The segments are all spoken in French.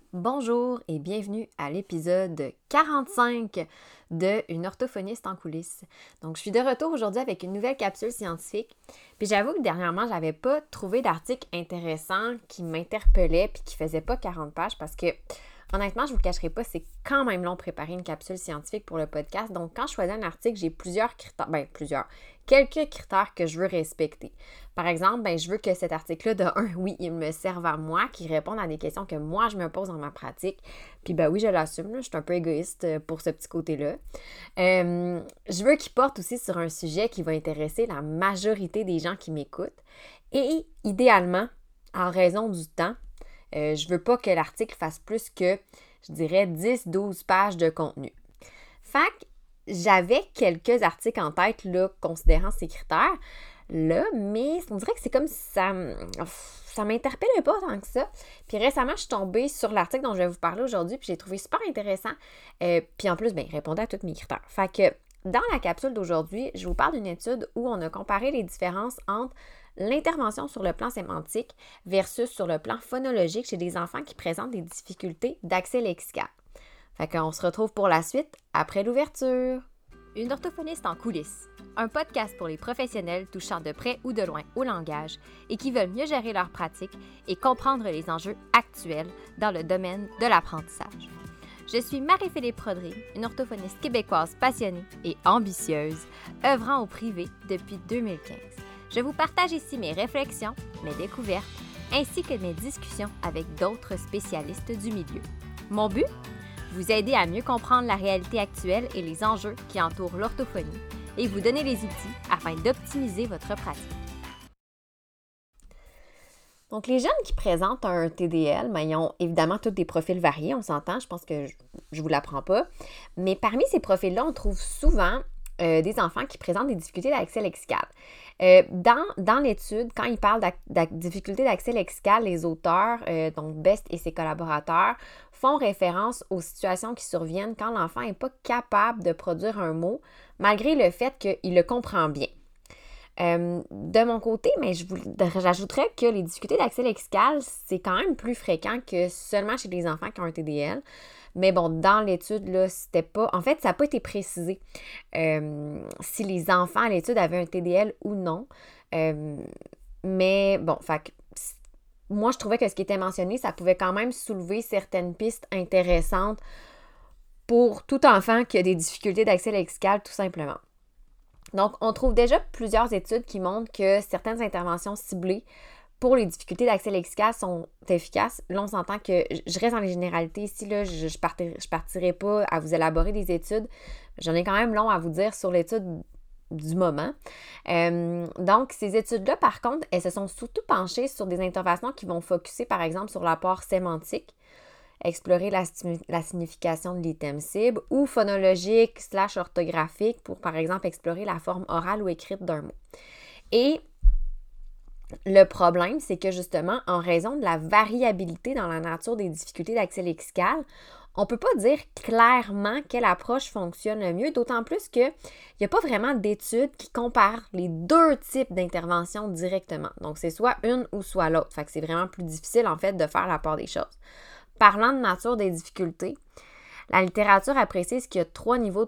Bonjour et bienvenue à l'épisode 45 de Une orthophoniste en coulisses. Donc, je suis de retour aujourd'hui avec une nouvelle capsule scientifique. Puis j'avoue que dernièrement, j'avais pas trouvé d'article intéressant qui m'interpellait puis qui faisait pas 40 pages parce que, honnêtement, je vous le cacherai pas, c'est quand même long de préparer une capsule scientifique pour le podcast. Donc, quand je choisis un article, j'ai quelques critères que je veux respecter. Par exemple, je veux que cet article-là, de un, oui, il me serve à moi, qu'il réponde à des questions que moi, je me pose dans ma pratique. Puis oui, je l'assume, là, je suis un peu égoïste pour ce petit côté-là. Je veux qu'il porte aussi sur un sujet qui va intéresser la majorité des gens qui m'écoutent. Et idéalement, en raison du temps, je veux pas que l'article fasse plus que, je dirais, 10-12 pages de contenu. Fait que j'avais quelques articles en tête, là, considérant ces critères-là, mais on dirait que c'est comme si ça m'interpellait pas tant que ça. Puis récemment, je suis tombée sur l'article dont je vais vous parler aujourd'hui, puis j'ai trouvé super intéressant. Puis en plus, il répondait à tous mes critères. Fait que dans la capsule d'aujourd'hui, je vous parle d'une étude où on a comparé les différences entre l'intervention sur le plan sémantique versus sur le plan phonologique chez des enfants qui présentent des difficultés d'accès lexical. Fait qu'on se retrouve pour la suite après l'ouverture. Une orthophoniste en coulisses, un podcast pour les professionnels touchant de près ou de loin au langage et qui veulent mieux gérer leur pratique et comprendre les enjeux actuels dans le domaine de l'apprentissage. Je suis Marie-Philippe Prodry, une orthophoniste québécoise passionnée et ambitieuse, œuvrant au privé depuis 2015. Je vous partage ici mes réflexions, mes découvertes, ainsi que mes discussions avec d'autres spécialistes du milieu. Mon but? Vous aider à mieux comprendre la réalité actuelle et les enjeux qui entourent l'orthophonie et vous donner les outils afin d'optimiser votre pratique. Donc, les jeunes qui présentent un TDL, ils ont évidemment tous des profils variés, on s'entend, je pense que je ne vous l'apprends pas. Mais parmi ces profils-là, on trouve souvent des enfants qui présentent des difficultés d'accès lexical. Dans l'étude, quand ils parlent de difficultés d'accès lexical, les auteurs, donc Best et ses collaborateurs, font référence aux situations qui surviennent quand l'enfant n'est pas capable de produire un mot, malgré le fait qu'il le comprend bien. De mon côté, j'ajouterais que les difficultés d'accès lexical, c'est quand même plus fréquent que seulement chez les enfants qui ont un TDL. Mais bon, dans l'étude, là, c'était pas... En fait, ça n'a pas été précisé si les enfants à l'étude avaient un TDL ou non. Mais bon, moi, je trouvais que ce qui était mentionné, ça pouvait quand même soulever certaines pistes intéressantes pour tout enfant qui a des difficultés d'accès lexical, tout simplement. Donc, on trouve déjà plusieurs études qui montrent que certaines interventions ciblées pour les difficultés d'accès lexical sont efficaces. Là, on s'entend que je reste dans les généralités ici, là, je partirai pas à vous élaborer des études. J'en ai quand même long à vous dire sur l'étude du moment. Donc, ces études-là, par contre, elles se sont surtout penchées sur des interventions qui vont focusser, par exemple, sur l'apport sémantique, explorer la signification de l'item cible, ou phonologique / orthographique pour, par exemple, explorer la forme orale ou écrite d'un mot. Et le problème, c'est que justement, en raison de la variabilité dans la nature des difficultés d'accès lexical, on ne peut pas dire clairement quelle approche fonctionne le mieux, d'autant plus qu'il n'y a pas vraiment d'études qui comparent les deux types d'interventions directement. Donc, c'est soit une ou soit l'autre. Fait que c'est vraiment plus difficile, en fait, de faire la part des choses. Parlant de nature des difficultés, la littérature a précisé qu'il y a trois niveaux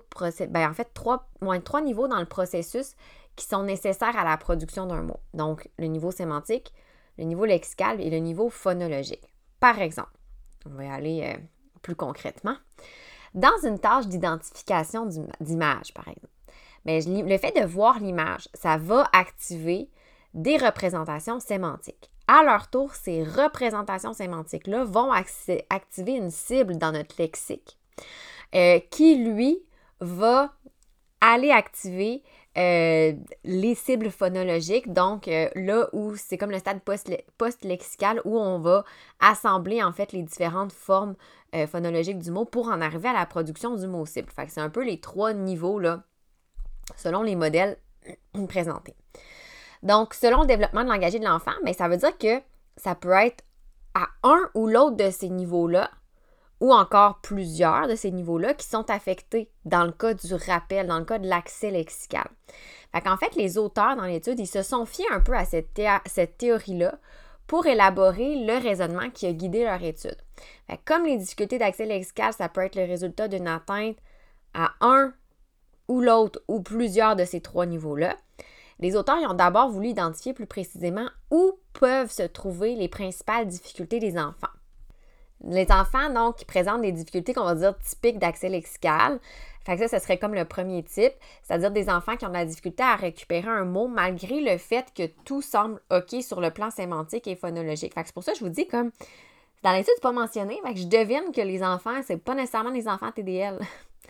de trois niveaux dans le processus qui sont nécessaires à la production d'un mot. Donc, le niveau sémantique, le niveau lexical et le niveau phonologique. Par exemple, on va y aller plus concrètement. Dans une tâche d'identification d'image, par exemple, le fait de voir l'image, ça va activer des représentations sémantiques. À leur tour, ces représentations sémantiques-là vont activer une cible dans notre lexique qui, lui, va aller activer les cibles phonologiques, donc là où c'est comme le stade post-lexical où on va assembler en fait les différentes formes phonologiques du mot pour en arriver à la production du mot cible. Fait que c'est un peu les trois niveaux là, selon les modèles présentés. Donc, selon le développement de langage de l'enfant, ça veut dire que ça peut être à un ou l'autre de ces niveaux-là, ou encore plusieurs de ces niveaux-là qui sont affectés dans le cas du rappel, dans le cas de l'accès lexical. Fait qu'en fait, les auteurs dans l'étude, ils se sont fiés un peu à cette théorie-là pour élaborer le raisonnement qui a guidé leur étude. Fait que comme les difficultés d'accès lexical, ça peut être le résultat d'une atteinte à un ou l'autre ou plusieurs de ces 3 niveaux-là, les auteurs ils ont d'abord voulu identifier plus précisément où peuvent se trouver les principales difficultés des enfants. Les enfants, donc, qui présentent des difficultés qu'on va dire typiques d'accès lexical, fait que ça serait comme le premier type, c'est-à-dire des enfants qui ont de la difficulté à récupérer un mot malgré le fait que tout semble OK sur le plan sémantique et phonologique. Fait que c'est pour ça que je vous dis, comme, dans l'étude, c'est pas mentionné, fait que je devine que les enfants, c'est pas nécessairement des enfants TDL.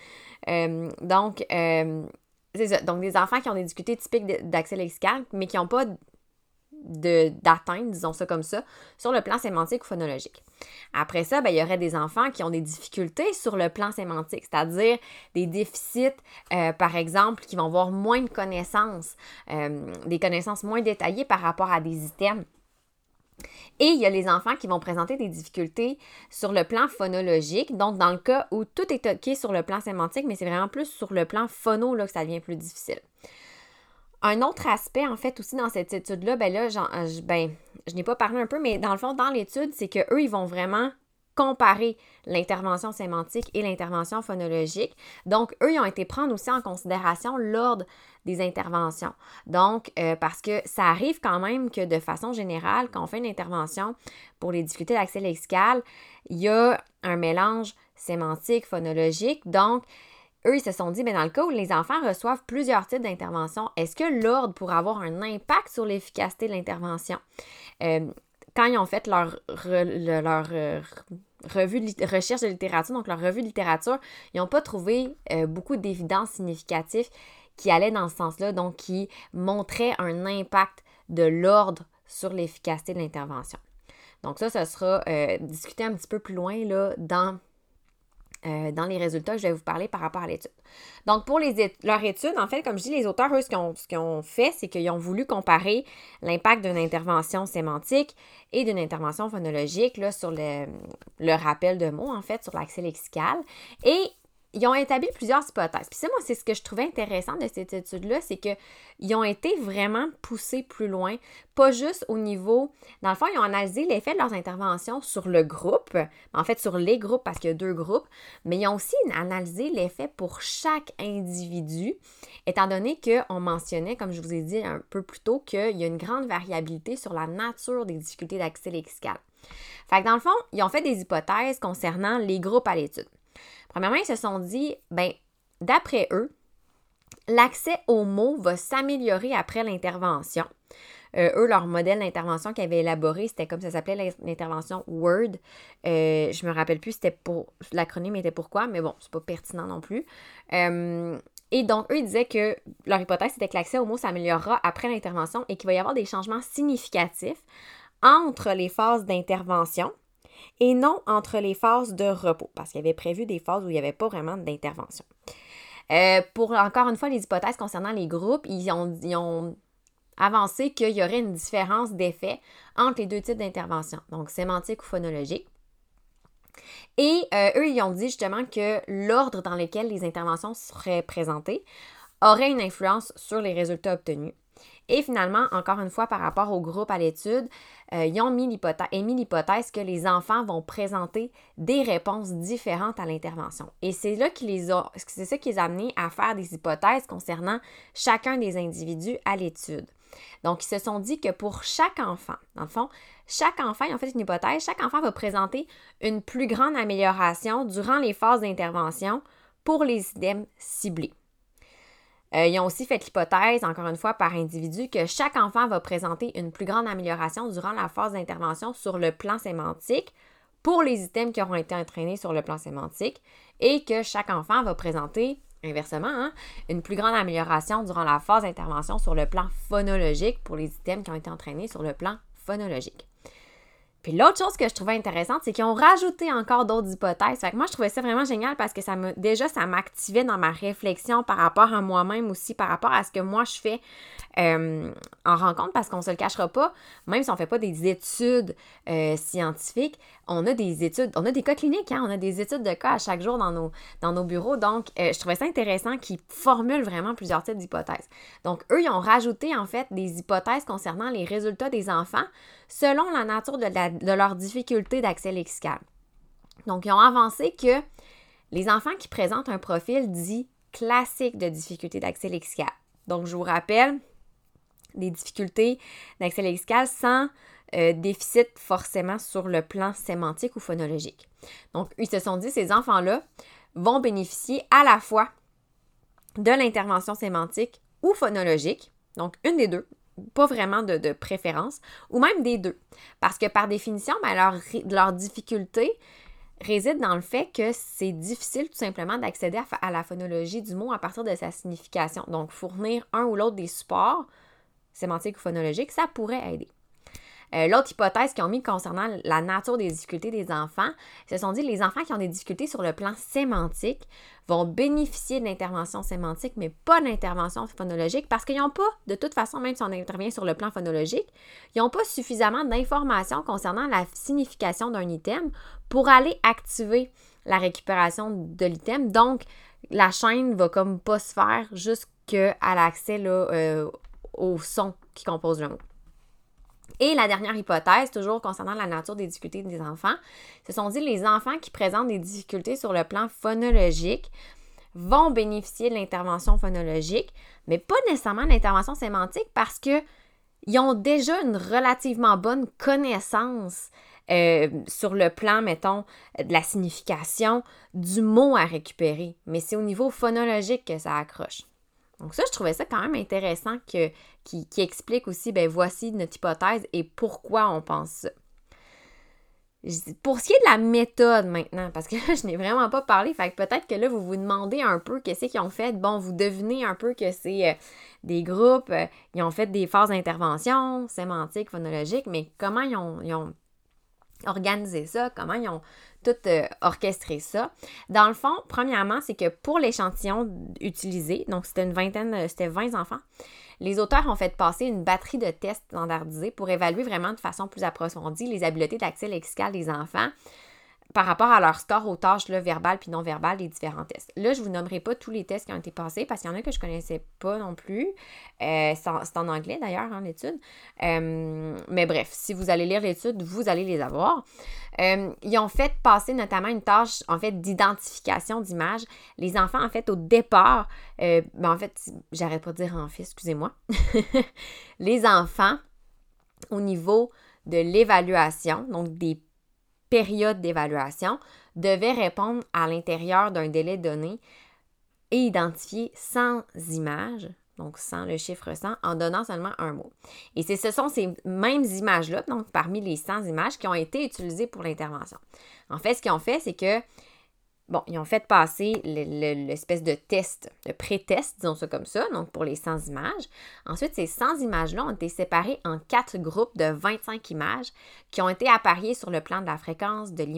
C'est ça. Donc, des enfants qui ont des difficultés typiques d'accès lexical, mais qui n'ont pas d'atteinte, disons ça comme ça, sur le plan sémantique ou phonologique. Après ça, il y aurait des enfants qui ont des difficultés sur le plan sémantique, c'est-à-dire des déficits, par exemple, qui vont avoir moins de connaissances, des connaissances moins détaillées par rapport à des items. Et il y a les enfants qui vont présenter des difficultés sur le plan phonologique, donc dans le cas où tout est OK sur le plan sémantique, mais c'est vraiment plus sur le plan phono là, que ça devient plus difficile. Un autre aspect, en fait, aussi dans cette étude-là, je n'ai pas parlé un peu, mais dans le fond, dans l'étude, c'est qu'eux, ils vont vraiment comparer l'intervention sémantique et l'intervention phonologique. Donc, eux, ils ont été prendre aussi en considération l'ordre des interventions. Donc, parce que ça arrive quand même que de façon générale, quand on fait une intervention pour les difficultés d'accès lexical, il y a un mélange sémantique, phonologique. Donc, eux, ils se sont dit, dans le cas où les enfants reçoivent plusieurs types d'interventions, est-ce que l'ordre pourrait avoir un impact sur l'efficacité de l'intervention? Quand ils ont fait leur revue de recherche de littérature, donc leur revue de littérature, ils n'ont pas trouvé beaucoup d'évidences significatives qui allaient dans ce sens-là, donc qui montraient un impact de l'ordre sur l'efficacité de l'intervention. Donc ça sera discuté un petit peu plus loin là, dans les résultats que je vais vous parler par rapport à l'étude. Donc, pour leur étude, en fait, comme je dis, les auteurs, eux, ce qu'ils ont fait, c'est qu'ils ont voulu comparer l'impact d'une intervention sémantique et d'une intervention phonologique là, sur le rappel de mots, en fait, sur l'accès lexical. Et ils ont établi plusieurs hypothèses. Puis ça, moi, c'est ce que je trouvais intéressant de cette étude-là, c'est qu'ils ont été vraiment poussés plus loin, pas juste au niveau... Dans le fond, ils ont analysé l'effet de leurs interventions sur le groupe, en fait, sur les groupes, parce qu'il y a 2 groupes, mais ils ont aussi analysé l'effet pour chaque individu, étant donné qu'on mentionnait, comme je vous ai dit un peu plus tôt, qu'il y a une grande variabilité sur la nature des difficultés d'accès lexical. Fait que dans le fond, ils ont fait des hypothèses concernant les groupes à l'étude. Premièrement, ils se sont dit, d'après eux, l'accès aux mots va s'améliorer après l'intervention. Eux, leur modèle d'intervention qu'ils avaient élaboré, c'était comme ça s'appelait l'intervention Word. Je me rappelle plus, l'acronyme était pourquoi, mais bon, c'est pas pertinent non plus. Et donc, eux, ils disaient que leur hypothèse, c'était que l'accès aux mots s'améliorera après l'intervention et qu'il va y avoir des changements significatifs entre les phases d'intervention et non entre les phases de repos, parce qu'il y avait prévu des phases où il n'y avait pas vraiment d'intervention. Pour, encore une fois, les hypothèses concernant les groupes, ils ont avancé qu'il y aurait une différence d'effet entre les 2 types d'intervention, donc sémantique ou phonologique. Et eux, ils ont dit justement que l'ordre dans lequel les interventions seraient présentées aurait une influence sur les résultats obtenus. Et finalement, encore une fois, par rapport au groupe à l'étude, ils ont émis l'hypothèse que les enfants vont présenter des réponses différentes à l'intervention. Et c'est ça qui les a amenés à faire des hypothèses concernant chacun des individus à l'étude. Donc, ils se sont dit que pour chaque enfant, dans le fond, chaque enfant, ils ont fait une hypothèse, chaque enfant va présenter une plus grande amélioration durant les phases d'intervention pour les items ciblés. Ils ont aussi fait l'hypothèse, encore une fois, par individu, que chaque enfant va présenter une plus grande amélioration durant la phase d'intervention sur le plan sémantique pour les items qui auront été entraînés sur le plan sémantique et que chaque enfant va présenter, inversement, une plus grande amélioration durant la phase d'intervention sur le plan phonologique pour les items qui ont été entraînés sur le plan phonologique. Puis l'autre chose que je trouvais intéressante, c'est qu'ils ont rajouté encore d'autres hypothèses. Fait que moi, je trouvais ça vraiment génial parce que ça m'activait dans ma réflexion par rapport à moi-même aussi, par rapport à ce que moi je fais en rencontre, parce qu'on se le cachera pas, même si on fait pas des études scientifiques, on a des cas cliniques, hein, on a des études de cas à chaque jour dans nos bureaux. Donc, je trouvais ça intéressant qu'ils formulent vraiment plusieurs types d'hypothèses. Donc, eux, ils ont rajouté en fait des hypothèses concernant les résultats des enfants selon la nature de leur difficulté d'accès lexical. Donc, ils ont avancé que les enfants qui présentent un profil dit classique de difficulté d'accès lexical. Donc, je vous rappelle, des difficultés d'accès lexical sans déficit forcément sur le plan sémantique ou phonologique. Donc, ils se sont dit, ces enfants-là vont bénéficier à la fois de l'intervention sémantique ou phonologique, donc une des deux, pas vraiment de préférence, ou même des deux. Parce que par définition, leur difficulté réside dans le fait que c'est difficile tout simplement d'accéder à la phonologie du mot à partir de sa signification. Donc, fournir un ou l'autre des supports sémantiques ou phonologiques, ça pourrait aider. L'autre hypothèse qu'ils ont mis concernant la nature des difficultés des enfants, ils se sont dit que les enfants qui ont des difficultés sur le plan sémantique vont bénéficier de l'intervention sémantique, mais pas d'intervention phonologique parce qu'ils n'ont pas, de toute façon, même si on intervient sur le plan phonologique, ils n'ont pas suffisamment d'informations concernant la signification d'un item pour aller activer la récupération de l'item. Donc, la chaîne va comme pas se faire jusqu'à l'accès au son qui compose le mot. Et la dernière hypothèse, toujours concernant la nature des difficultés des enfants, se sont dit les enfants qui présentent des difficultés sur le plan phonologique vont bénéficier de l'intervention phonologique, mais pas nécessairement de l'intervention sémantique parce qu'ils ont déjà une relativement bonne connaissance sur le plan, mettons, de la signification du mot à récupérer. Mais c'est au niveau phonologique que ça accroche. Donc ça, je trouvais ça quand même intéressant qui explique aussi, voici notre hypothèse et pourquoi on pense ça. Pour ce qui est de la méthode maintenant, parce que là, je n'ai vraiment pas parlé, fait que peut-être que là, vous vous demandez un peu qu'est-ce qu'ils ont fait. Bon, vous devinez un peu que c'est des groupes, ils ont fait des phases d'intervention sémantique, phonologique, mais comment ils ont organisé ça, comment ils ont tout orchestré ça. Dans le fond, premièrement, c'est que pour l'échantillon utilisé, donc c'était 20 enfants, les auteurs ont fait passer une batterie de tests standardisés pour évaluer vraiment de façon plus approfondie les habiletés d'accès lexical des enfants par rapport à leur score aux tâches verbales puis non verbales des différents tests. Là, je ne vous nommerai pas tous les tests qui ont été passés parce qu'il y en a que je ne connaissais pas non plus. C'est en anglais d'ailleurs, l'étude. Mais bref, si vous allez lire l'étude, vous allez les avoir. Ils ont fait passer notamment une tâche en fait d'identification d'images. Les enfants, en fait, au départ, j'arrête pas de dire excusez-moi. Les enfants, au niveau de l'évaluation, donc des période d'évaluation, devait répondre à l'intérieur d'un délai donné et identifier 100 images, donc 100, le chiffre 100, en donnant seulement un mot. Et ce sont ces mêmes images-là, donc parmi les 100 images, qui ont été utilisées pour l'intervention. En fait, ce qu'ils ont fait, c'est que ils ont fait passer l'espèce de test, de pré-test, disons ça comme ça, donc pour les 100 images. Ensuite, ces 100 images-là ont été séparées en 4 groupes de 25 images qui ont été appariées sur le plan de la fréquence, de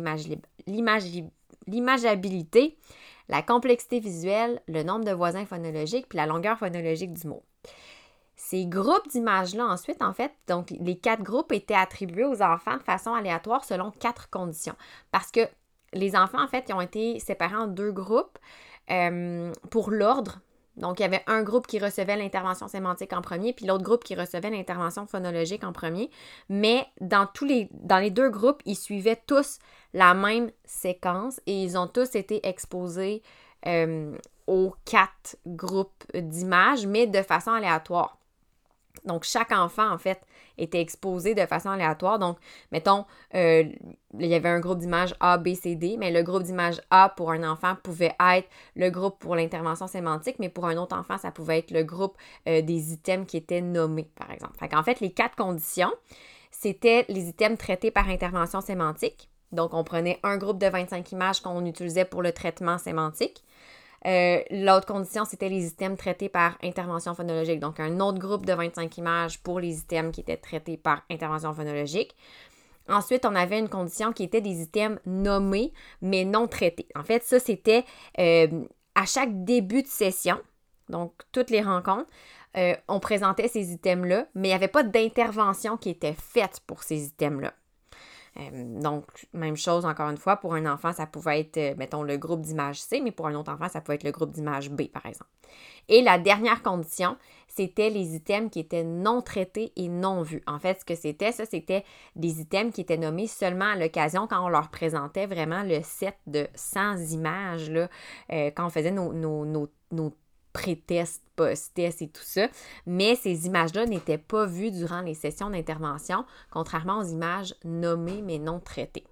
l'imageabilité, la complexité visuelle, le nombre de voisins phonologiques, puis la longueur phonologique du mot. Ces groupes d'images-là, ensuite, en fait, donc les 4 groupes étaient attribués aux enfants de façon aléatoire selon 4 conditions. Parce que les enfants, en fait, ils ont été séparés en 2 groupes pour l'ordre. Donc, il y avait un groupe qui recevait l'intervention sémantique en premier, puis l'autre groupe qui recevait l'intervention phonologique en premier. Mais dans les 2 groupes, ils suivaient tous la même séquence et ils ont tous été exposés aux 4 groupes d'images, mais de façon aléatoire. Donc, chaque enfant, en fait, était exposé de façon aléatoire. Donc, mettons, il y avait un groupe d'images A, B, C, D, mais le groupe d'images A pour un enfant pouvait être le groupe pour l'intervention sémantique, mais pour un autre enfant, ça pouvait être le groupe des items qui étaient nommés, par exemple. Fait qu'en fait, les 4 conditions, c'était les items traités par intervention sémantique. Donc, on prenait un groupe de 25 images qu'on utilisait pour le traitement sémantique. L'autre condition, c'était les items traités par intervention phonologique. Donc, un autre groupe de 25 images pour les items qui étaient traités par intervention phonologique. Ensuite, on avait une condition qui était des items nommés, mais non traités. En fait, ça, c'était à chaque début de session, donc toutes les rencontres, on présentait ces items-là, mais il n'y avait pas d'intervention qui était faite pour ces items-là. Donc, même chose, encore une fois, pour un enfant, ça pouvait être, mettons, le groupe d'image C, mais pour un autre enfant, ça pouvait être le groupe d'image B, par exemple. Et la dernière condition, c'était les items qui étaient non traités et non vus. En fait, ce que c'était, ça, c'était des items qui étaient nommés seulement à l'occasion quand on leur présentait vraiment le set de 100 images, là, quand on faisait nos pré-tests, post-tests et tout ça. Mais ces images-là n'étaient pas vues durant les sessions d'intervention, contrairement aux images nommées mais non traitées.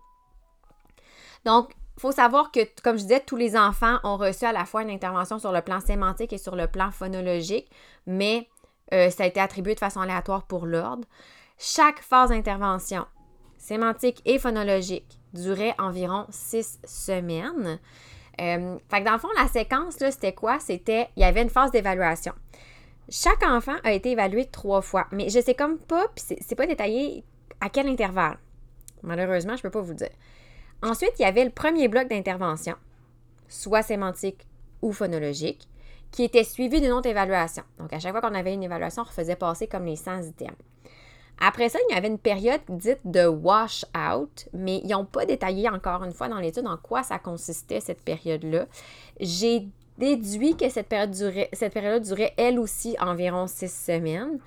Donc, il faut savoir que, comme je disais, tous les enfants ont reçu à la fois une intervention sur le plan sémantique et sur le plan phonologique, mais ça a été attribué de façon aléatoire pour l'ordre. Chaque phase d'intervention, sémantique et phonologique, durait environ 6 semaines. Fait que dans le fond, la séquence, là, c'était quoi? Il y avait une phase d'évaluation. Chaque enfant a été évalué 3 fois, mais je sais comme pas, puis c'est pas détaillé à quel intervalle. Malheureusement, je peux pas vous le dire. Ensuite, il y avait le premier bloc d'intervention, soit sémantique ou phonologique, qui était suivi d'une autre évaluation. Donc, à chaque fois qu'on avait une évaluation, on refaisait passer comme les 100 items. Après ça, il y avait une période dite de wash-out, mais ils n'ont pas détaillé encore une fois dans l'étude en quoi ça consistait, cette période-là. J'ai déduit que cette période-là durait elle aussi environ 6 semaines.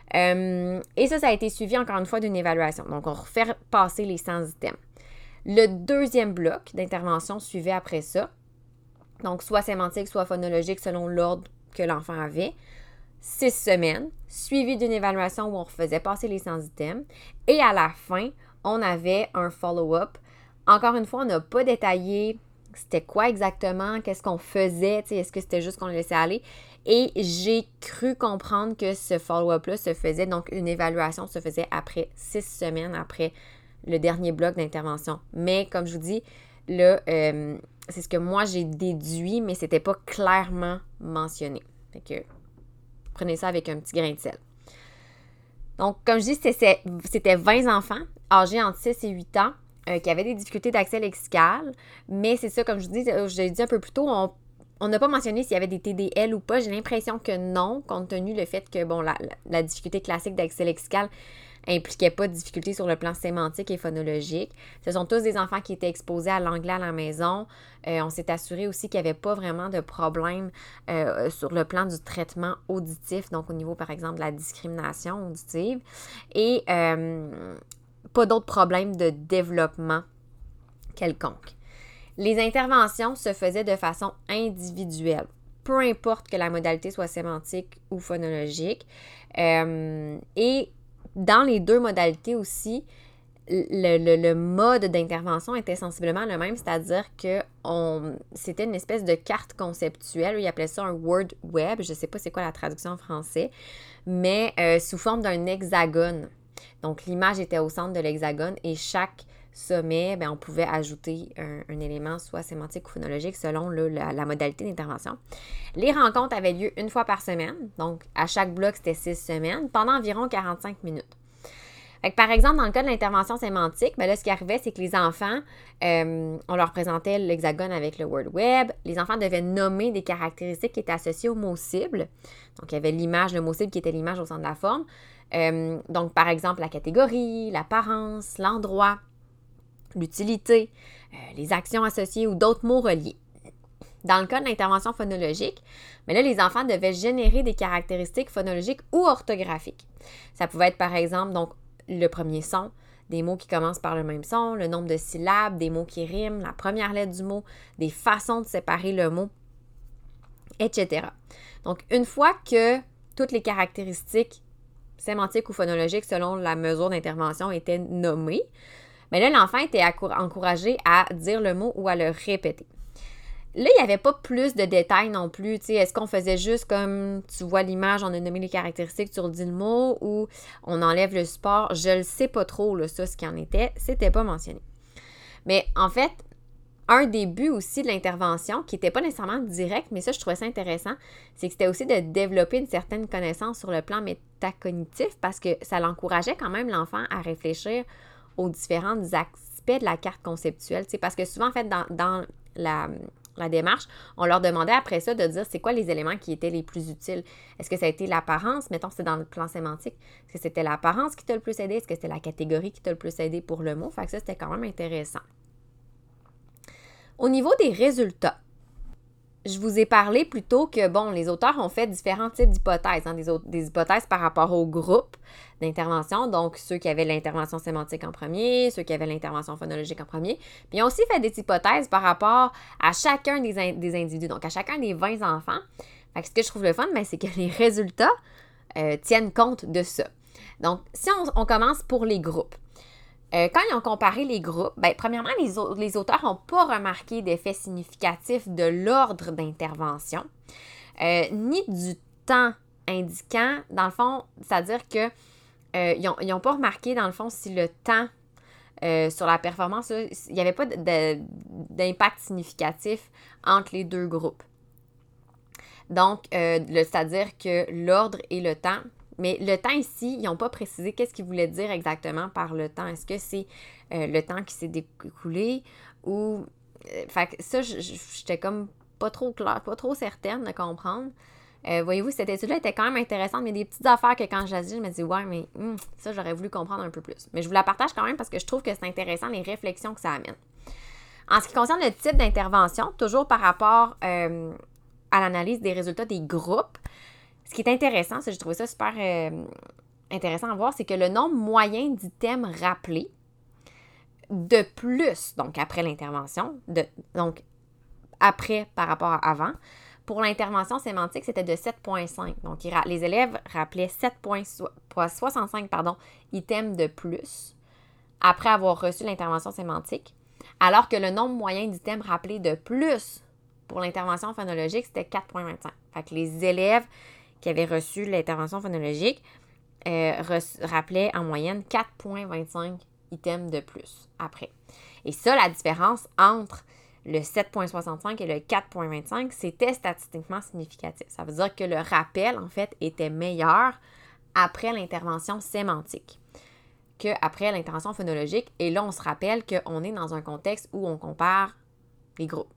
Et ça a été suivi encore une fois d'une évaluation. Donc, on refait passer les 100 items. Le deuxième bloc d'intervention suivait après ça. Donc, soit sémantique, soit phonologique, selon l'ordre que l'enfant avait. 6 semaines, suivi d'une évaluation où on refaisait passer les 100 items. Et à la fin, on avait un follow-up. Encore une fois, on n'a pas détaillé c'était quoi exactement, qu'est-ce qu'on faisait, est-ce que c'était juste qu'on le laissait aller. Et j'ai cru comprendre que ce follow-up-là se faisait, donc une évaluation se faisait après 6 semaines, après le dernier bloc d'intervention. Mais comme je vous dis, là, c'est ce que moi j'ai déduit, mais c'était pas clairement mentionné. Fait que prenez ça avec un petit grain de sel. Donc, comme je dis, c'était 20 enfants âgés entre 6 et 8 ans qui avaient des difficultés d'accès lexical. Mais c'est ça, comme je l'ai dit un peu plus tôt, on n'a pas mentionné s'il y avait des TDL ou pas. J'ai l'impression que non, compte tenu le fait que, bon, la difficulté classique d'accès lexical impliquait pas de difficultés sur le plan sémantique et phonologique. Ce sont tous des enfants qui étaient exposés à l'anglais à la maison. On s'est assuré aussi qu'il n'y avait pas vraiment de problème sur le plan du traitement auditif, donc au niveau, par exemple, de la discrimination auditive. Et pas d'autres problèmes de développement quelconque. Les interventions se faisaient de façon individuelle, peu importe que la modalité soit sémantique ou phonologique. Et dans les deux modalités aussi, le mode d'intervention était sensiblement le même, c'est-à-dire que c'était une espèce de carte conceptuelle, ils appelaient ça un word web, je ne sais pas c'est quoi la traduction en français, mais sous forme d'un hexagone. Donc, l'image était au centre de l'hexagone et chaque sommet, on pouvait ajouter un élément soit sémantique ou phonologique selon la modalité d'intervention. Les rencontres avaient lieu une fois par semaine, donc à chaque bloc, c'était 6 semaines, pendant environ 45 minutes. Fait que, par exemple, dans le cas de l'intervention sémantique, là, ce qui arrivait, c'est que les enfants, on leur présentait l'hexagone avec le Word Web. Les enfants devaient nommer des caractéristiques qui étaient associées au mot cible. Donc, il y avait l'image, le mot cible qui était l'image au centre de la forme. Donc, par exemple, la catégorie, l'apparence, l'endroit, l'utilité, les actions associées ou d'autres mots reliés. Dans le cas de l'intervention phonologique, mais là, les enfants devaient générer des caractéristiques phonologiques ou orthographiques. Ça pouvait être, par exemple, donc, le premier son, des mots qui commencent par le même son, le nombre de syllabes, des mots qui riment, la première lettre du mot, des façons de séparer le mot, etc. Donc, une fois que toutes les caractéristiques sémantiques ou phonologiques selon la mesure d'intervention étaient nommées, mais là, l'enfant était encouragé à dire le mot ou à le répéter. Là, il n'y avait pas plus de détails non plus. Est-ce qu'on faisait juste comme tu vois l'image, on a nommé les caractéristiques, tu redis le mot ou on enlève le support? Je ne le sais pas trop, là, ça, ce qu'il en était. C'était pas mentionné. Mais en fait, un des buts aussi de l'intervention, qui n'était pas nécessairement direct, mais ça, je trouvais ça intéressant, c'est que c'était aussi de développer une certaine connaissance sur le plan métacognitif parce que ça l'encourageait quand même l'enfant à réfléchir aux différents aspects de la carte conceptuelle. Parce que souvent, en fait, dans la démarche, on leur demandait après ça de dire c'est quoi les éléments qui étaient les plus utiles. Est-ce que ça a été l'apparence? Mettons, c'est dans le plan sémantique. Est-ce que c'était l'apparence qui t'a le plus aidé? Est-ce que c'était la catégorie qui t'a le plus aidé pour le mot? Fait que ça, c'était quand même intéressant. Au niveau des résultats, je vous ai parlé plutôt que, bon, les auteurs ont fait différents types d'hypothèses, des hypothèses par rapport au groupe d'intervention, donc ceux qui avaient l'intervention sémantique en premier, ceux qui avaient l'intervention phonologique en premier, puis ils ont aussi fait des hypothèses par rapport à chacun des individus, donc à chacun des 20 enfants. Fait que ce que je trouve le fun, c'est que les résultats tiennent compte de ça. Donc, si on commence pour les groupes, quand ils ont comparé les groupes, premièrement, les auteurs n'ont pas remarqué d'effet significatif de l'ordre d'intervention, ni du temps indiquant, dans le fond, c'est-à-dire que ils n'ont pas remarqué, dans le fond, si le temps sur la performance, il n'y avait pas d'impact significatif entre les deux groupes. Donc, c'est-à-dire que l'ordre et le temps. Mais le temps ici, ils n'ont pas précisé qu'est-ce qu'ils voulaient dire exactement par le temps. Est-ce que c'est le temps qui s'est écoulé ou... fait que ça, j'étais comme pas trop claire, pas trop certaine de comprendre. Voyez-vous, cette étude-là était quand même intéressante, mais il y a des petites affaires que quand je la dis, je me dis « Ouais, mais ça, j'aurais voulu comprendre un peu plus. » Mais je vous la partage quand même parce que je trouve que c'est intéressant les réflexions que ça amène. En ce qui concerne le type d'intervention, toujours par rapport à l'analyse des résultats des groupes, ce qui est intéressant, j'ai trouvé ça super intéressant à voir, c'est que le nombre moyen d'items rappelés de plus, donc après l'intervention, donc après par rapport à avant, pour l'intervention sémantique, c'était de 7,5. Donc, les élèves rappelaient 7,65 items de plus après avoir reçu l'intervention sémantique, alors que le nombre moyen d'items rappelés de plus pour l'intervention phonologique, c'était 4,25. Fait que les élèves qui avaient reçu l'intervention phonologique rappelaient en moyenne 4,25 items de plus après. Et ça, la différence entre le 7,65 et le 4,25, c'était statistiquement significatif. Ça veut dire que le rappel, en fait, était meilleur après l'intervention sémantique qu'après l'intervention phonologique. Et là, on se rappelle qu'on est dans un contexte où on compare les groupes.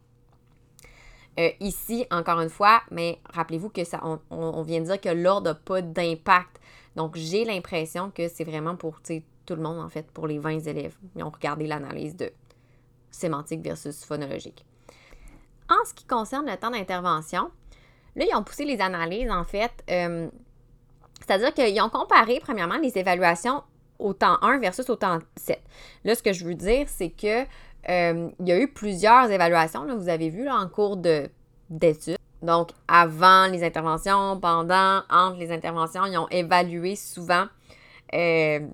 Ici, encore une fois, mais rappelez-vous que on vient de dire que l'ordre n'a pas d'impact. Donc, j'ai l'impression que c'est vraiment pour tout le monde, en fait, pour les 20 élèves. Ils ont regardé l'analyse de sémantique versus phonologique. En ce qui concerne le temps d'intervention, là, ils ont poussé les analyses, en fait. C'est-à-dire qu'ils ont comparé, premièrement, les évaluations au temps 1 versus au temps 7. Là, ce que je veux dire, c'est que il y a eu plusieurs évaluations, là, vous avez vu là, en cours d'études. Donc, avant les interventions, pendant, entre les interventions, ils ont évalué souvent les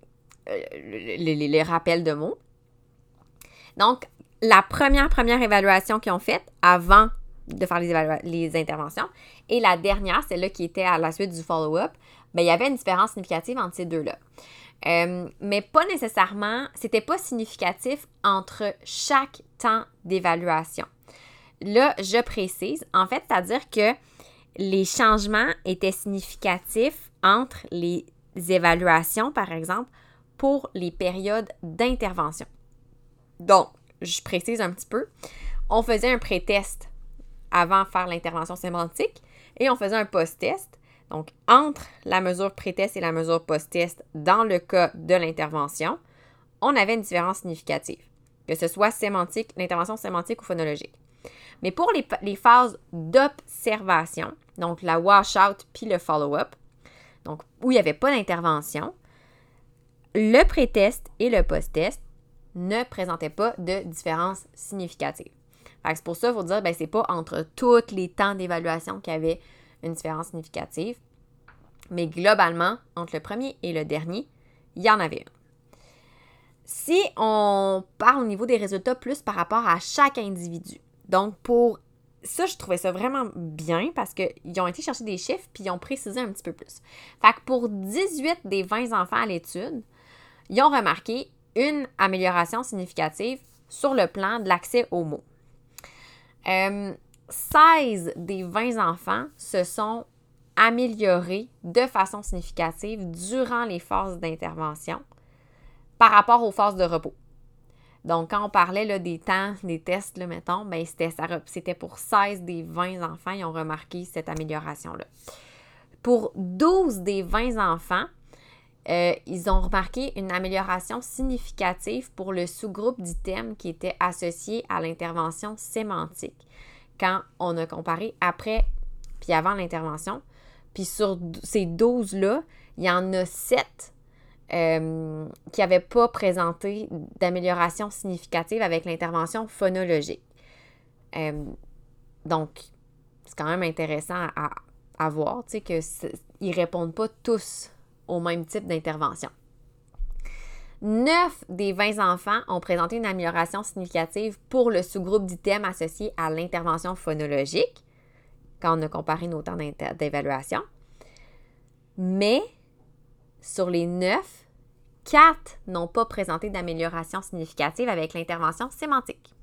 rappels de mots. Donc, la première évaluation qu'ils ont faite avant de faire les interventions et la dernière, celle-là qui était à la suite du follow-up, il y avait une différence significative entre ces deux-là. Mais pas nécessairement, c'était pas significatif entre chaque temps d'évaluation. Là, je précise, en fait, c'est-à-dire que les changements étaient significatifs entre les évaluations, par exemple, pour les périodes d'intervention. Donc, je précise un petit peu, on faisait un pré-test avant de faire l'intervention sémantique et on faisait un post-test. Donc, entre la mesure pré-test et la mesure post-test, dans le cas de l'intervention, on avait une différence significative, que ce soit sémantique, l'intervention sémantique ou phonologique. Mais pour les phases d'observation, donc la wash-out puis le follow-up, donc où il n'y avait pas d'intervention, le pré-test et le post-test ne présentaient pas de différence significative. C'est pour ça qu'il faut dire que c'est pas entre tous les temps d'évaluation qu'il y avait une différence significative, mais globalement, entre le premier et le dernier, il y en avait une. Si on parle au niveau des résultats plus par rapport à chaque individu, donc pour ça, je trouvais ça vraiment bien parce qu'ils ont été chercher des chiffres puis ils ont précisé un petit peu plus. Fait que pour 18 des 20 enfants à l'étude, ils ont remarqué une amélioration significative sur le plan de l'accès aux mots. 16 des 20 enfants se sont améliorés de façon significative durant les phases d'intervention par rapport aux phases de repos. Donc, quand on parlait là, des temps, des tests, là, mettons, ben, c'était pour 16 des 20 enfants, ils ont remarqué cette amélioration-là. Pour 12 des 20 enfants, ils ont remarqué une amélioration significative pour le sous-groupe d'items qui était associé à l'intervention sémantique. Quand on a comparé après puis avant l'intervention, puis sur ces 12-là, il y en a 7 qui n'avaient pas présenté d'amélioration significative avec l'intervention phonologique. Donc, c'est quand même intéressant à voir, tu sais, qu'ils ne répondent pas tous au même type d'intervention. 9 des 20 enfants ont présenté une amélioration significative pour le sous-groupe d'items associé à l'intervention phonologique, quand on a comparé nos temps d'évaluation. Mais, sur les 9, 4 n'ont pas présenté d'amélioration significative avec l'intervention sémantique.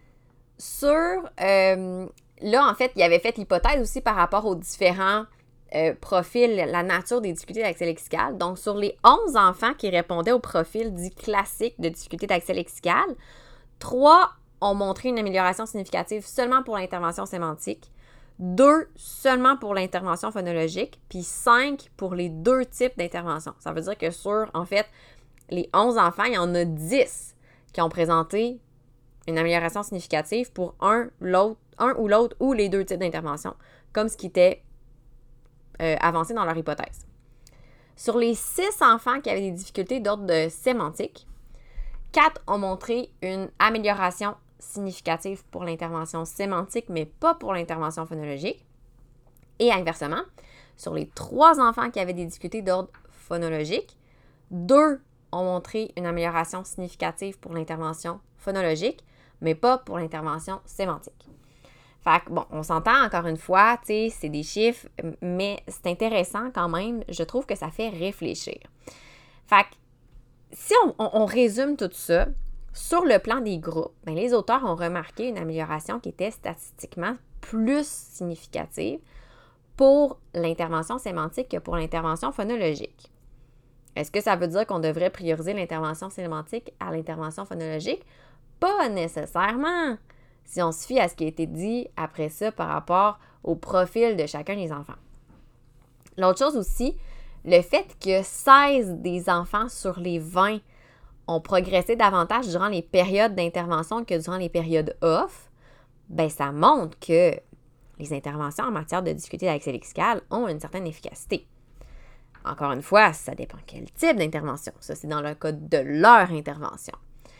Là, en fait, il avait fait l'hypothèse aussi par rapport aux différents profils, la nature des difficultés d'accès lexical. Donc, sur les 11 enfants qui répondaient au profil dit classique de difficulté d'accès lexical, 3 ont montré une amélioration significative seulement pour l'intervention sémantique, 2 seulement pour l'intervention phonologique, puis 5 pour les 2 types d'intervention. Ça veut dire que sur, en fait, les 11 enfants, il y en a 10 qui ont présenté une amélioration significative pour un ou l'autre ou les 2 types d'intervention, comme ce qui était avancé dans leur hypothèse. Sur les 6 enfants qui avaient des difficultés d'ordre sémantique, 4 ont montré une amélioration significative pour l'intervention sémantique, mais pas pour l'intervention phonologique. Et inversement, sur les 3 enfants qui avaient des difficultés d'ordre phonologique, 2 ont montré une amélioration significative pour l'intervention phonologique, mais pas pour l'intervention sémantique. Fait que, bon, on s'entend encore une fois, tu sais, c'est des chiffres, mais c'est intéressant quand même. Je trouve que ça fait réfléchir. Fait que, si on résume tout ça, sur le plan des groupes, bien, les auteurs ont remarqué une amélioration qui était statistiquement plus significative pour l'intervention sémantique que pour l'intervention phonologique. Est-ce que ça veut dire qu'on devrait prioriser l'intervention sémantique à l'intervention phonologique? Pas nécessairement, si on se fie à ce qui a été dit après ça par rapport au profil de chacun des enfants. L'autre chose aussi, le fait que 16 des enfants sur les 20 ont progressé davantage durant les périodes d'intervention que durant les périodes off, bien, ça montre que les interventions en matière de difficulté d'accès lexical ont une certaine efficacité. Encore une fois, ça dépend quel type d'intervention. Ça, c'est dans le cas de leur intervention.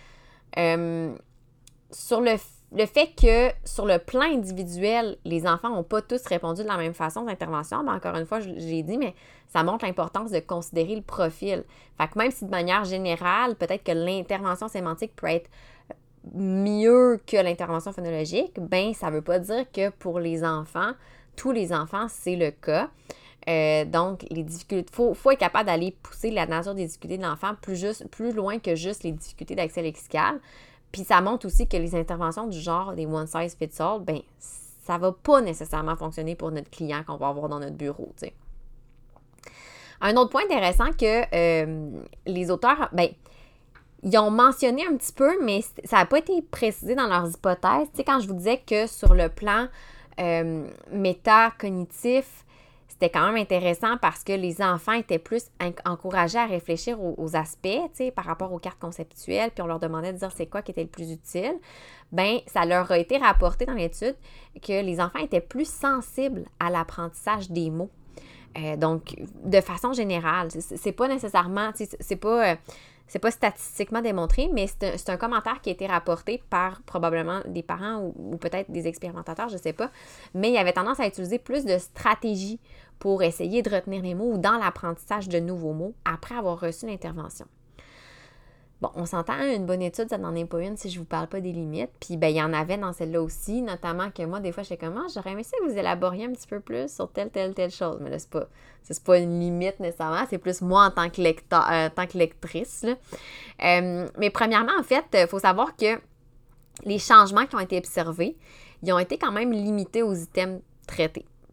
Sur le fait que, sur le plan individuel, les enfants n'ont pas tous répondu de la même façon aux interventions, ben encore une fois, je l'ai dit, mais ça montre l'importance de considérer le profil. Fait que même si de manière générale, peut-être que l'intervention sémantique peut être mieux que l'intervention phonologique, ben ça ne veut pas dire que pour les enfants, tous les enfants, c'est le cas. Donc, les difficultés, faut être capable d'aller pousser la nature des difficultés de l'enfant plus loin que juste les difficultés d'accès lexical. Puis ça montre aussi que les interventions du genre des one size fits all, ben ça va pas nécessairement fonctionner pour notre client qu'on va avoir dans notre bureau, tu sais. Un autre point intéressant que les auteurs, ben ils ont mentionné un petit peu, mais ça n'a pas été précisé dans leurs hypothèses. Tu sais, quand je vous disais que sur le plan métacognitif, c'était quand même intéressant parce que les enfants étaient plus encouragés à réfléchir aux aspects, tu sais, par rapport aux cartes conceptuelles, puis on leur demandait de dire c'est quoi qui était le plus utile. Bien, ça leur a été rapporté dans l'étude que les enfants étaient plus sensibles à l'apprentissage des mots. Donc, de façon générale, c'est pas nécessairement, c'est pas statistiquement démontré, mais c'est un commentaire qui a été rapporté par probablement des parents ou peut-être des expérimentateurs, je ne sais pas, mais il avait tendance à utiliser plus de stratégies pour essayer de retenir les mots ou dans l'apprentissage de nouveaux mots après avoir reçu l'intervention. Bon, on s'entend, une bonne étude, ça n'en est pas une si je ne vous parle pas des limites. Puis, ben il y en avait dans celle-là aussi, notamment que moi, des fois, je sais comment, j'aurais aimé ça que vous élaboriez un petit peu plus sur telle chose. Mais là, c'est pas une limite nécessairement, c'est plus moi en tant que lectrice. Mais premièrement, en fait, il faut savoir que les changements qui ont été observés, ils ont été quand même limités aux items traités.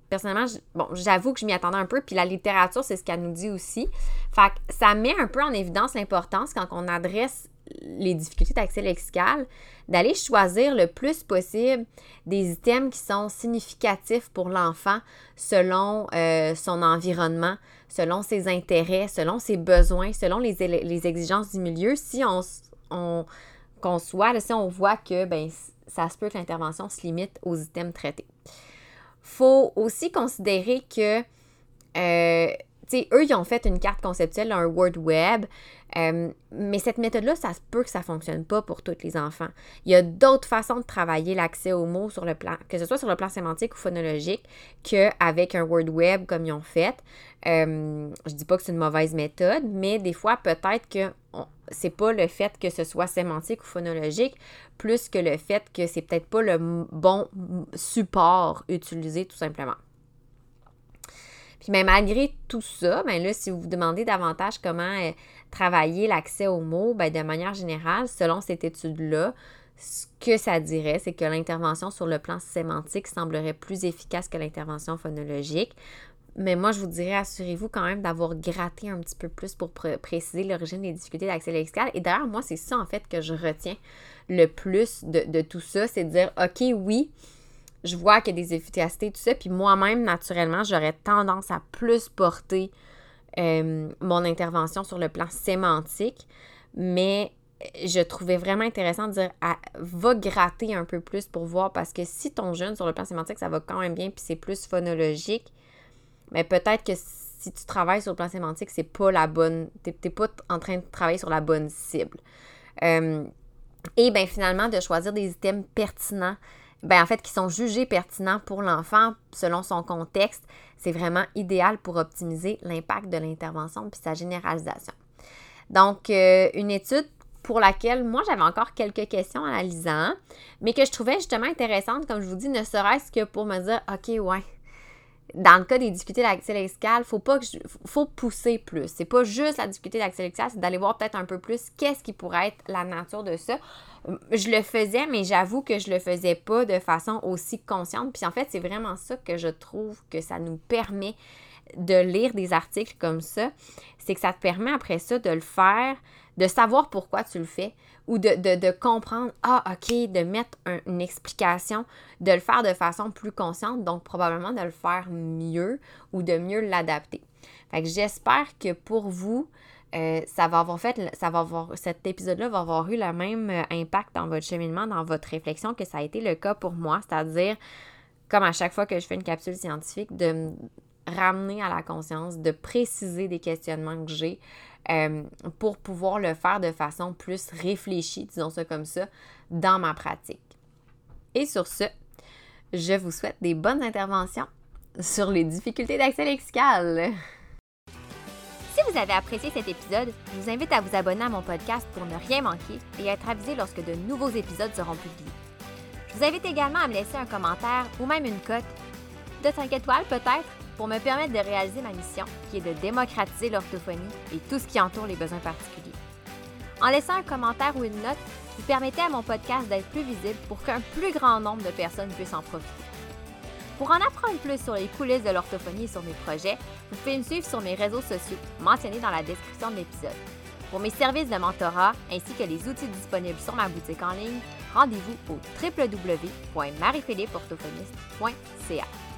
personnellement, j'avoue que je m'y attendais un peu, puis la littérature, c'est ce qu'elle nous dit aussi. Fait que ça met un peu en évidence l'importance, quand on adresse les difficultés d'accès lexical, d'aller choisir le plus possible des items qui sont significatifs pour l'enfant selon son environnement, selon ses intérêts, selon ses besoins, selon les exigences du milieu. Si on voit que ça se peut que l'intervention se limite aux items traités. Faut aussi considérer que, eux, ils ont fait une carte conceptuelle, un Word Web, mais cette méthode-là, ça se peut que ça ne fonctionne pas pour tous les enfants. Il y a d'autres façons de travailler l'accès aux mots sur le plan, que ce soit sur le plan sémantique ou phonologique, qu'avec un Word Web comme ils ont fait. Je dis pas que c'est une mauvaise méthode, mais des fois, peut-être que c'est pas le fait que ce soit sémantique ou phonologique, plus que le fait que c'est peut-être pas le bon support utilisé, tout simplement. Puis malgré tout ça, là, si vous vous demandez davantage comment travailler l'accès aux mots, de manière générale, selon cette étude-là, ce que ça dirait, c'est que l'intervention sur le plan sémantique semblerait plus efficace que l'intervention phonologique. Mais moi, je vous dirais, assurez-vous quand même d'avoir gratté un petit peu plus pour préciser l'origine des difficultés d'accès lexical. Et d'ailleurs, moi, c'est ça, en fait, que je retiens le plus de tout ça, c'est de dire, OK, oui, je vois qu'il y a des efficacités, tout ça, puis moi-même, naturellement, j'aurais tendance à plus porter mon intervention sur le plan sémantique, mais je trouvais vraiment intéressant de dire, va gratter un peu plus pour voir, parce que si ton jeune, sur le plan sémantique, ça va quand même bien, puis c'est plus phonologique, mais peut-être que si tu travailles sur le plan sémantique, c'est pas la bonne, t'es pas en train de travailler sur la bonne cible. Et finalement, de choisir des items pertinents, en fait, qui sont jugés pertinents pour l'enfant selon son contexte, c'est vraiment idéal pour optimiser l'impact de l'intervention puis sa généralisation. Donc, une étude pour laquelle moi, j'avais encore quelques questions en la lisant, mais que je trouvais justement intéressante, comme je vous dis, ne serait-ce que pour me dire, OK, ouais, dans le cas des difficultés d'accès lexical, faut pousser plus. C'est pas juste la difficulté d'accès lexical, c'est d'aller voir peut-être un peu plus qu'est-ce qui pourrait être la nature de ça. Je le faisais, mais j'avoue que je le faisais pas de façon aussi consciente. Puis en fait, c'est vraiment ça que je trouve que ça nous permet de lire des articles comme ça. C'est que ça te permet après ça de le faire, de savoir pourquoi tu le fais, ou de comprendre, OK, de mettre une explication, de le faire de façon plus consciente, donc probablement de le faire mieux ou de mieux l'adapter. Fait que j'espère que pour vous, cet épisode-là va avoir eu le même impact dans votre cheminement, dans votre réflexion que ça a été le cas pour moi, c'est-à-dire, comme à chaque fois que je fais une capsule scientifique, de me ramener à la conscience, de préciser des questionnements que j'ai, pour pouvoir le faire de façon plus réfléchie, disons ça comme ça, dans ma pratique. Et sur ce, je vous souhaite des bonnes interventions sur les difficultés d'accès lexical. Si vous avez apprécié cet épisode, je vous invite à vous abonner à mon podcast pour ne rien manquer et être avisé lorsque de nouveaux épisodes seront publiés. Je vous invite également à me laisser un commentaire ou même une cote de 5 étoiles peut-être, pour me permettre de réaliser ma mission, qui est de démocratiser l'orthophonie et tout ce qui entoure les besoins particuliers. En laissant un commentaire ou une note, vous permettez à mon podcast d'être plus visible pour qu'un plus grand nombre de personnes puissent en profiter. Pour en apprendre plus sur les coulisses de l'orthophonie et sur mes projets, vous pouvez me suivre sur mes réseaux sociaux mentionnés dans la description de l'épisode. Pour mes services de mentorat ainsi que les outils disponibles sur ma boutique en ligne, rendez-vous au www.mariephilippeorthophoniste.ca.